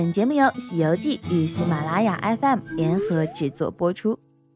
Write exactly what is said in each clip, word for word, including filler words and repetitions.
本节目由《西游记》与喜马拉雅 F M 联合制作播出。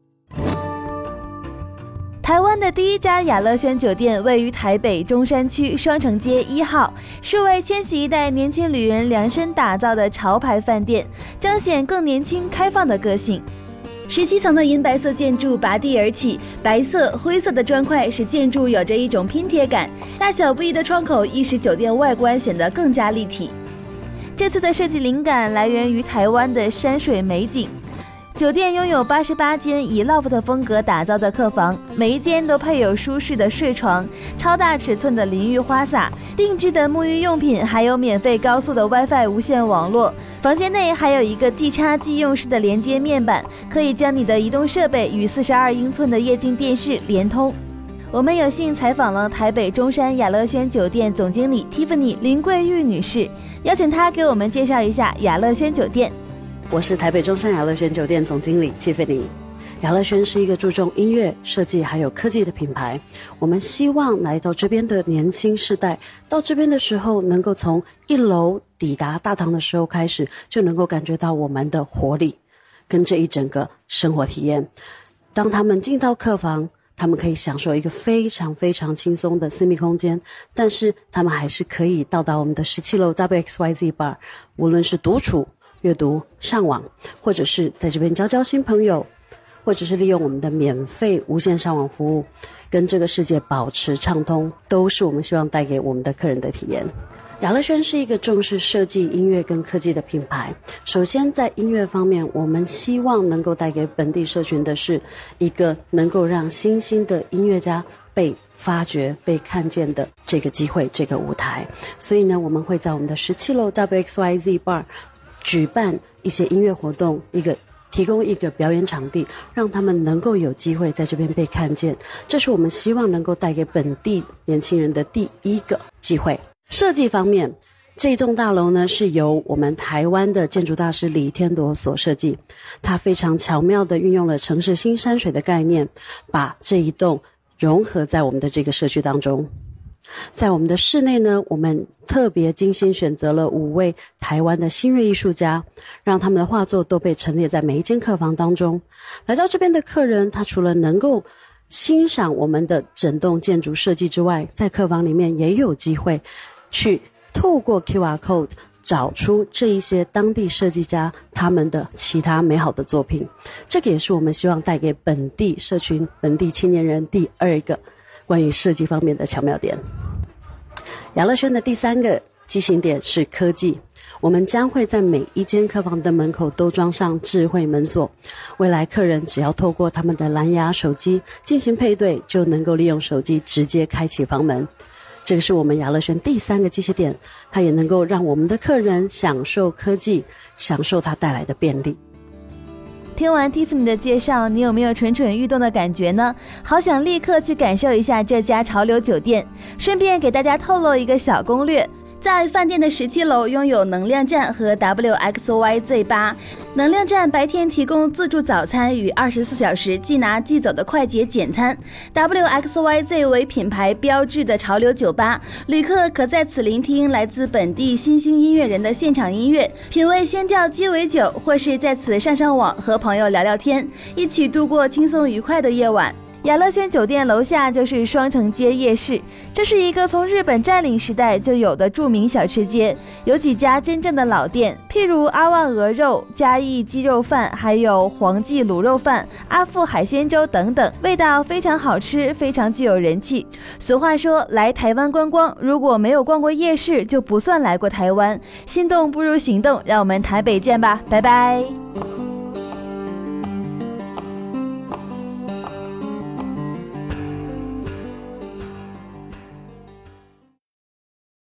台湾的第一家雅乐轩酒店位于台北中山区双城街一号，是为千禧一代年轻旅人量身打造的潮牌饭店，彰显更年轻开放的个性。十七层的银白色建筑拔地而起，白色、灰色的砖块使建筑有着一种拼贴感，大小不一的窗口亦使酒店外观显得更加立体。这次的设计灵感来源于台湾的山水美景。酒店拥有八十八间以 loft 风格打造的客房，每一间都配有舒适的睡床、超大尺寸的淋浴花洒、定制的沐浴用品，还有免费高速的 WiFi 无线网络。房间内还有一个即插即用式的连接面板，可以将你的移动设备与四十二英寸的液晶电视连通。我们有幸采访了台北中山雅乐轩酒店总经理 Tiffany 林桂玉女士，邀请她给我们介绍一下雅乐轩酒店。 我是台北中山雅乐轩酒店总经理 Tiffany。 雅乐轩是一个注重音乐、设计还有科技的品牌，我们希望来到这边的年轻世代到这边的时候，能够从一楼抵达大堂的时候开始，就能够感觉到我们的活力跟这一整个生活体验。当他们进到客房，他们可以享受一个非常非常轻松的私密空间，但是他们还是可以到达我们的十七楼 W X Y Z Bar， 无论是独处、阅读、上网，或者是在这边交交新朋友，或者是利用我们的免费无线上网服务，跟这个世界保持畅通，都是我们希望带给我们的客人的体验。雅乐轩是一个重视设计、音乐跟科技的品牌。首先在音乐方面，我们希望能够带给本地社群的是一个能够让新兴的音乐家被发掘、被看见的这个机会、这个舞台。所以呢，我们会在我们的十七楼 W X Y Z Bar 举办一些音乐活动，一个提供一个表演场地，让他们能够有机会在这边被看见。这是我们希望能够带给本地年轻人的第一个机会。设计方面，这一栋大楼呢是由我们台湾的建筑大师李天铎所设计，他非常巧妙地运用了城市新山水的概念，把这一栋融合在我们的这个社区当中。在我们的室内呢，我们特别精心选择了五位台湾的新锐艺术家，让他们的画作都被陈列在每一间客房当中。来到这边的客人，他除了能够欣赏我们的整栋建筑设计之外，在客房里面也有机会去透过 Q R code 找出这一些当地设计家他们的其他美好的作品。这个也是我们希望带给本地社群、本地青年人第二个关于设计方面的巧妙点。雅乐轩的第三个机型点是科技，我们将会在每一间客房的门口都装上智慧门锁，未来客人只要透过他们的蓝牙手机进行配对，就能够利用手机直接开启房门。这个是我们雅乐轩第三个机器点，它也能够让我们的客人享受科技，享受它带来的便利。 听完 Tiffany 的介绍，你有没有蠢蠢欲动的感觉呢？好想立刻去感受一下这家潮流酒店。顺便给大家透露一个小攻略，在饭店的十七楼拥有能量站和 W X Y Z 八，能量站白天提供自助早餐与二十四小时即拿即走的快捷简餐。W X Y Z 为品牌标志的潮流酒吧，旅客可在此聆听来自本地新兴音乐人的现场音乐，品味先调鸡尾酒，或是在此上上网和朋友聊聊天，一起度过轻松愉快的夜晚。雅乐轩酒店楼下就是双城街夜市，这是一个从日本占领时代就有的著名小吃街，有几家真正的老店，譬如阿万鹅肉、嘉义鸡肉饭，还有黄记卤肉饭、阿富海鲜粥等等，味道非常好吃，非常具有人气。俗话说，来台湾观光，如果没有逛过夜市，就不算来过台湾。心动不如行动，让我们台北见吧，拜拜。